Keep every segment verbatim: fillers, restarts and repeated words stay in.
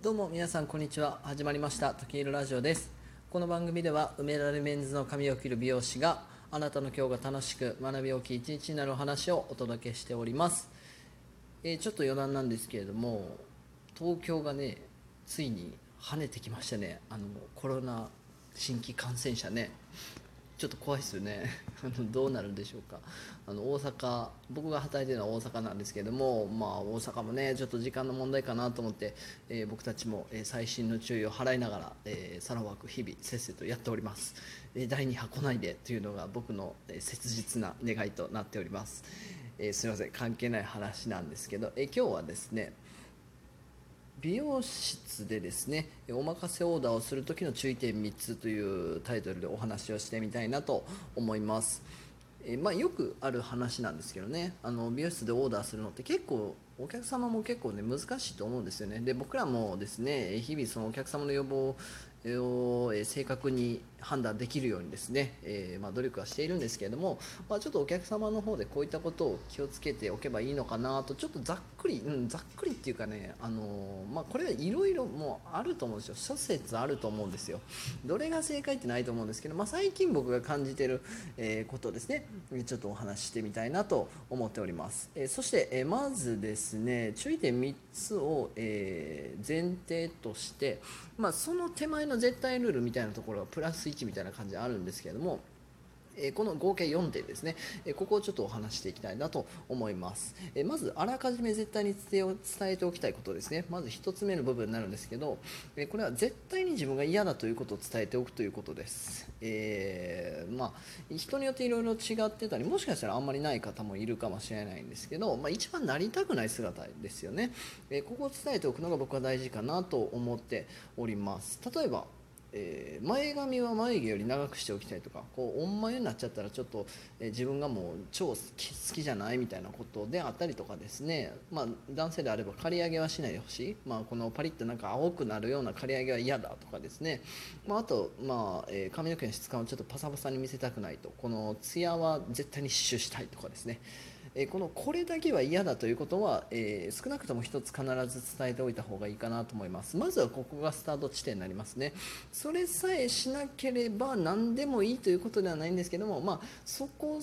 どうも皆さんこんにちは。始まりました時色ラジオです。この番組では埋められメンズの髪を切る美容師があなたの今日が楽しく学び大きい一日になるお話をお届けしております。えーちょっと余談なんですけれども、東京がねついに跳ねてきましたね。あのコロナ新規感染者ね、ちょっと怖いですよね。あのどうなるんでしょうか。あの大阪、僕が働いてるのは大阪なんですけれども、まあ、大阪もねちょっと時間の問題かなと思って、えー僕たちも、えー細心の注意を払いながら、えー、サロンワーク日々せっせとやっております。えー、第二波来ないでというのが僕の、えー切実な願いとなっております。えーすいません、関係ない話なんですけど、えー今日はですね、美容室でですねお任せオーダーをする時の注意点みっつというタイトルでお話をしてみたいなと思います。えーまあ、よくある話なんですけどね、あの美容室でオーダーするのって結構お客様も結構ね難しいと思うんですよね。で僕らもですね日々そのお客様の要望をえー正確に判断できるようにですね、えーまあ、努力はしているんですけれども、まあ、ちょっとお客様の方でこういったことを気をつけておけばいいのかなと、ちょっとざっくり、うん、ざっくりっていうかね、あのーまあ、これはいろいろもうあると思うんですよ。諸説あると思うんですよ。どれが正解ってないと思うんですけど、まあ、最近僕が感じている、えーことをですねちょっとお話ししてみたいなと思っております。えーそして、えーまずですね注意点みっつを、えー前提として、まあ、その手前の絶対ルールみたいなところがプラスいちみたいな感じであるんですけれども、えーこの合計よんてんですね、えーここをちょっとお話していきたいなと思います。えーまずあらかじめ絶対に伝えておきたいことですね。まずひとつめの部分になるんですけど、えーこれは絶対に自分が嫌だということを伝えておくということです。えーまあ、人によっていろいろ違ってたり、もしかしたらあんまりない方もいるかもしれないんですけど、まあ、一番なりたくない姿ですよね。えーここを伝えておくのが僕は大事かなと思っております。例えばえー前髪は眉毛より長くしておきたいとか、こうオン眉になっちゃったらちょっと、えー自分がもう超好き好きじゃないみたいなことであったりとかですね、まあ、男性であれば刈り上げはしないでほしい、まあ、このパリッとなんか青くなるような刈り上げは嫌だとかですね、まあ、あと、まあえー髪の毛の質感をちょっとパサパサに見せたくないと、このツヤは絶対に死守したいとかですね、えーこのこれだけは嫌だということは、えー少なくとも一つ必ず伝えておいた方がいいかなと思います。まずはここがスタート地点になりますね。それさえしなければ何でもいいということではないんですけども、まあ、そこ、うん、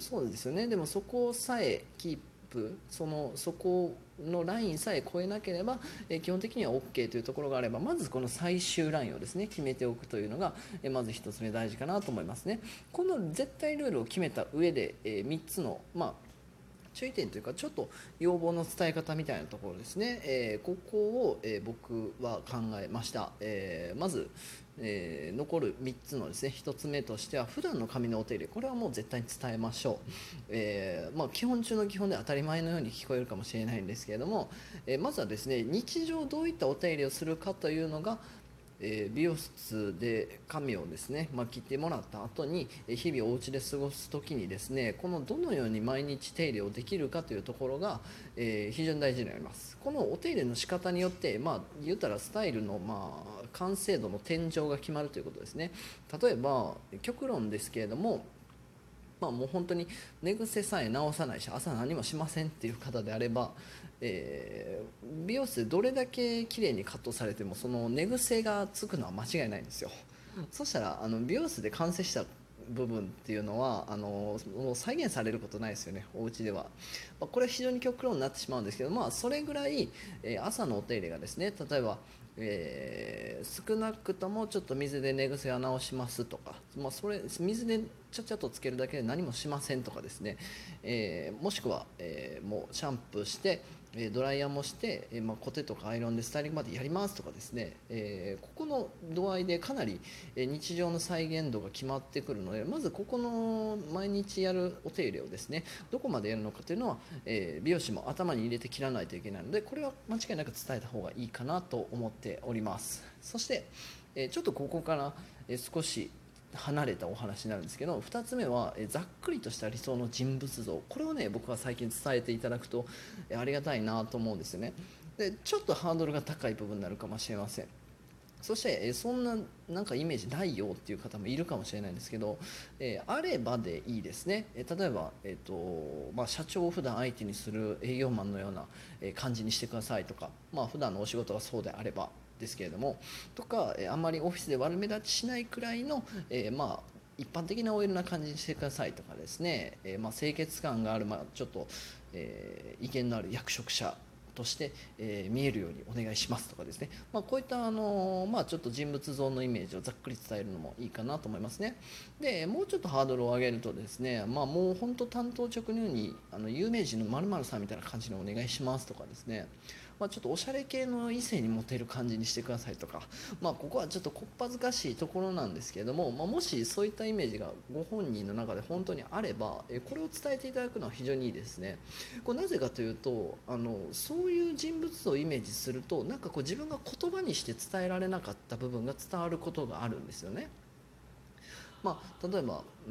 そうですよね。でもそこさえキープ、そのそこのラインさえ超えなければ、えー基本的には オーケー というところがあれば、まずこの最終ラインをですね決めておくというのが、えーまず一つ目大事かなと思いますね。この絶対ルールを決めた上で、えーみっつの、まあ注意点というかちょっと要望の伝え方みたいなところですね、えーここを、えー僕は考えました。えーまず、えー残るみっつのですねひとつめとしては、普段の髪のお手入れ、これはもう絶対に伝えましょう。えーまあ、基本中の基本で当たり前のように聞こえるかもしれないんですけれども、えーまずはですね日常どういったお手入れをするかというのが、えー美容室で髪をですね、まあ、切ってもらった後にえー日々お家で過ごす時にですね、このどのように毎日手入れをできるかというところが、えー非常に大事になります。このお手入れの仕方によって、まあ、言ったらスタイルの、まあ、完成度の天井が決まるということですね。例えば極論ですけれども、まあ、もう本当に寝癖さえ直さないし朝何もしませんっていう方であれば、えー美容室でどれだけ綺麗にカットされてもその寝癖がつくのは間違いないんですよ。そしたらあの美容室で完成した部分っていうのはあのもう再現されることないですよね、お家では。まあ、これは非常に極論になってしまうんですけど、まあ、それぐらい、えー朝のお手入れがですね、例えば、えー少なくともちょっと水で寝癖を直しますとか、まあ、それ水でちゃちゃっとつけるだけで何もしませんとかですね、えーもしくは、えーもうシャンプーしてえドライヤーもして、えーまあ、コテとかアイロンでスタイリングまでやりますとかですね、えーここの度合いでかなり、えー日常の再現度が決まってくるので、まずここの毎日やるお手入れをですねどこまでやるのかというのは、えー美容師も頭に入れて切らないといけないので、これは間違いなく伝えた方がいいかなと思っております。そして、えーちょっとここから、えー少し離れたお話になるんですけど、ふたつめはえざっくりとした理想の人物像、これをね僕は最近伝えていただくとえありがたいなと思うんですよね。でちょっとハードルが高い部分になるかもしれません。 そしてえそんななんかイメージないよっていう方もいるかもしれないんですけど、えーあればでいいですね。えー例えば、えーとまあ、社長を普段相手にする営業マンのようなえー感じにしてくださいとか、まあ普段のお仕事がそうであればですけれどもとか、えーあんまりオフィスで悪目立ちしないくらいの、えーまあ一般的な オーエル な感じにしてくださいとかですね、えーまあ、清潔感がある、まあ、ちょっと、えー威厳のある役職者として、えー見えるようにお願いしますとかですね、まあ、こういった、あのまあ、ちょっと人物像のイメージをざっくり伝えるのもいいかなと思いますね。でもうちょっとハードルを上げるとですね、まあ、もう本当担当直入にあの有名人の〇〇さんみたいな感じにお願いしますとかですね、まあ、ちょっとおしゃれ系の異性にモテる感じにしてくださいとか、まあ、ここはちょっとこっぱずかしいところなんですけれども、まあ、もしそういったイメージがご本人の中で本当にあれば、えこれを伝えていただくのは非常にいいですね。これなぜかというと、あのそういう人物像をイメージすると、なんかこう自分が言葉にして伝えられなかった部分が伝わることがあるんですよね。まあ、例えば、うん、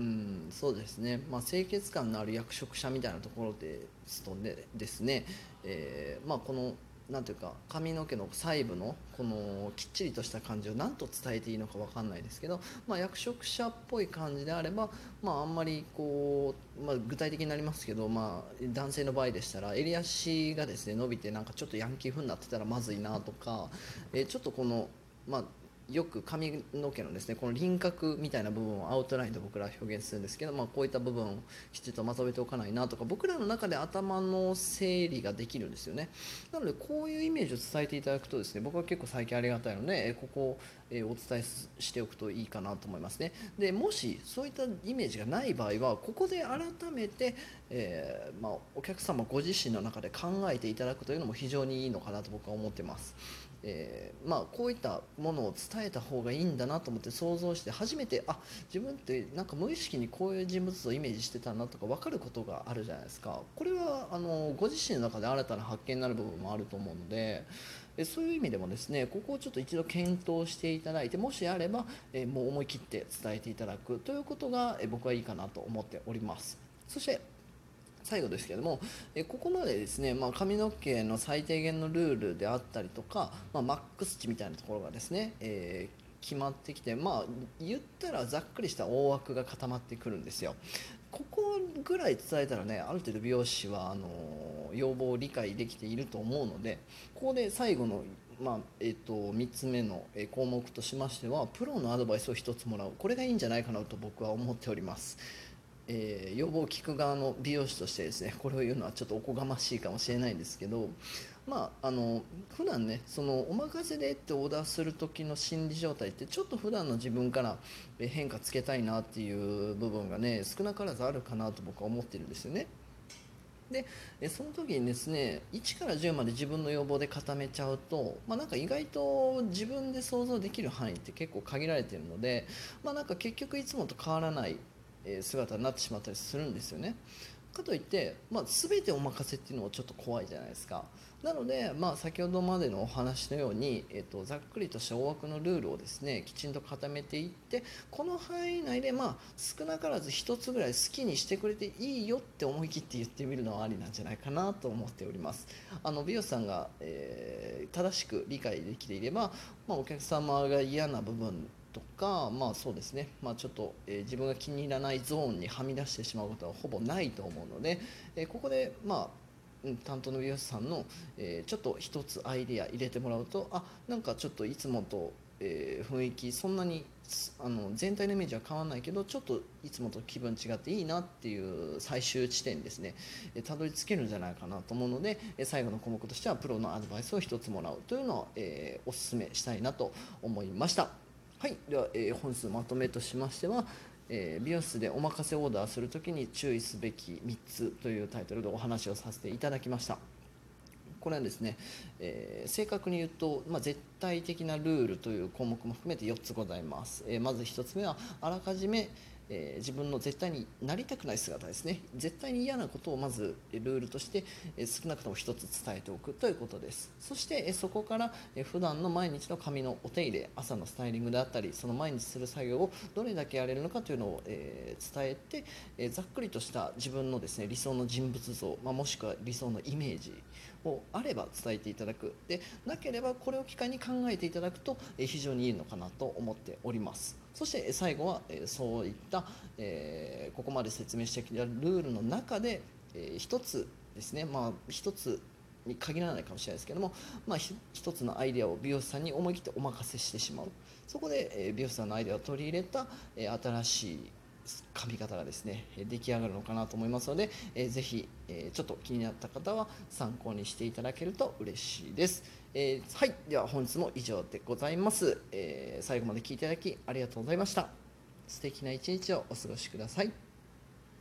そうですね、まあ、清潔感のある役職者みたいなところですとねですね、えーまあ、このなんていうか髪の毛の細部のこのきっちりとした感じを何と伝えていいのか分かんないですけど、まあ、役職者っぽい感じであれば、まあ、あんまりこう、まあ、具体的になりますけど、まあ、男性の場合でしたら襟足がですね伸びてなんかちょっとヤンキー風になってたらまずいなとか、えーちょっとこの、まあ、よく髪の毛のですねこの輪郭みたいな部分をアウトラインで僕らは表現するんですけど、まあ、こういった部分をきちっとまとめておかないなとか、僕らの中で頭の整理ができるんですよね。なのでこういうイメージを伝えていただくとですね、僕は結構最近ありがたいので、えここをえお伝えしておくといいかなと思いますね。でもしそういったイメージがない場合はここで改めて、えーまあ、お客様ご自身の中で考えていただくというのも非常にいいのかなと僕は思ってます。えーまあ、こういったものを伝えた方がいいんだなと思って想像して初めて、あ、自分ってなんか無意識にこういう人物像をイメージしてたなとか分かることがあるじゃないですか。これはあのご自身の中で新たな発見になる部分もあると思うので、えそういう意味でもですねここをちょっと一度検討していただいて、もしあれば、えもう思い切って伝えていただくということが、え僕はいいかなと思っております。そして最後ですけれども、えここまでですね、まあ、髪の毛の最低限のルールであったりとか、まあ、マックス値みたいなところがですね、えー決まってきて、まあ、言ったらざっくりした大枠が固まってくるんですよ。ここぐらい伝えたらね、ある程度美容師はあの要望を理解できていると思うので、ここで最後の、まあえっとみっつめのえ項目としましてはプロのアドバイスをひとつもらう、これがいいんじゃないかなと僕は思っております。えー要望を聞く側の美容師としてですね、これを言うのはちょっとおこがましいかもしれないんですけど、まああの普段ねそのお任せでってオーダーする時の心理状態ってちょっと普段の自分から変化つけたいなっていう部分がね少なからずあるかなと僕は思ってるんですよね。でその時にですねいちからじゅうまで自分の要望で固めちゃうと、まあ、なんか意外と自分で想像できる範囲って結構限られているので、まあ、なんか結局いつもと変わらない姿になってしまったりするんですよね。かといって、まあ、全てお任せっていうのもちょっと怖いじゃないですか。なので、まあ、先ほどまでのお話のように、えっと、ざっくりとした大枠のルールをですねきちんと固めていって、この範囲内で、まあ、少なからず一つぐらい好きにしてくれていいよって思い切って言ってみるのはありなんじゃないかなと思っております。あの美容師さんが、えー正しく理解できていれば、まあ、お客様が嫌な部分とか、まあそうですね、まあ、ちょっと、えー自分が気に入らないゾーンにはみ出してしまうことはほぼないと思うので、えーここで、まあ、うん担当の美容師さんの、えーちょっと一つアイデア入れてもらうと、あ、なんかちょっといつもと、えー雰囲気そんなにあの全体のイメージは変わらないけどちょっといつもと気分違っていいなっていう最終地点にですねえーたどり着けるんじゃないかなと思うので、えー最後の項目としてはプロのアドバイスを一つもらうというのを、えーお勧めしたいなと思いました。はい、では、えー本日まとめとしましては、えー美容室でお任せオーダーするときに注意すべきみっつというタイトルでお話をさせていただきました。これはですね、えー正確に言うと、まあ、絶対的なルールという項目も含めてよっつございます。えーまずひとつめはあらかじめ、えー自分の絶対になりたくない姿ですね、絶対に嫌なことをまずルールとして、えー少なくともひとつ伝えておくということです。そして、えーそこから、えー普段の毎日の髪のお手入れ、朝のスタイリングであったりその毎日する作業をどれだけやれるのかというのを、えー伝えて、えーざっくりとした自分のですね理想の人物像、まあ、もしくは理想のイメージをあれば伝えていただく、でなければこれを機会に考えていただくと非常にいいのかなと思っております。そして最後はそういった、えー、ここまで説明してきたルールの中で、えー、一つですね、まあ一つに限らないかもしれないですけども、まあ、一つのアイデアを美容師さんに思い切ってお任せしてしまう。そこで、えー、美容師さんのアイデアを取り入れた、えー、新しい髪型がですね出来上がるのかなと思いますので、えー、ぜひ、えー、ちょっと気になった方は参考にしていただけると嬉しいです。えー、はい、では本日も以上でございます、えー、最後まで聞いていただきありがとうございました。素敵な一日をお過ごしください。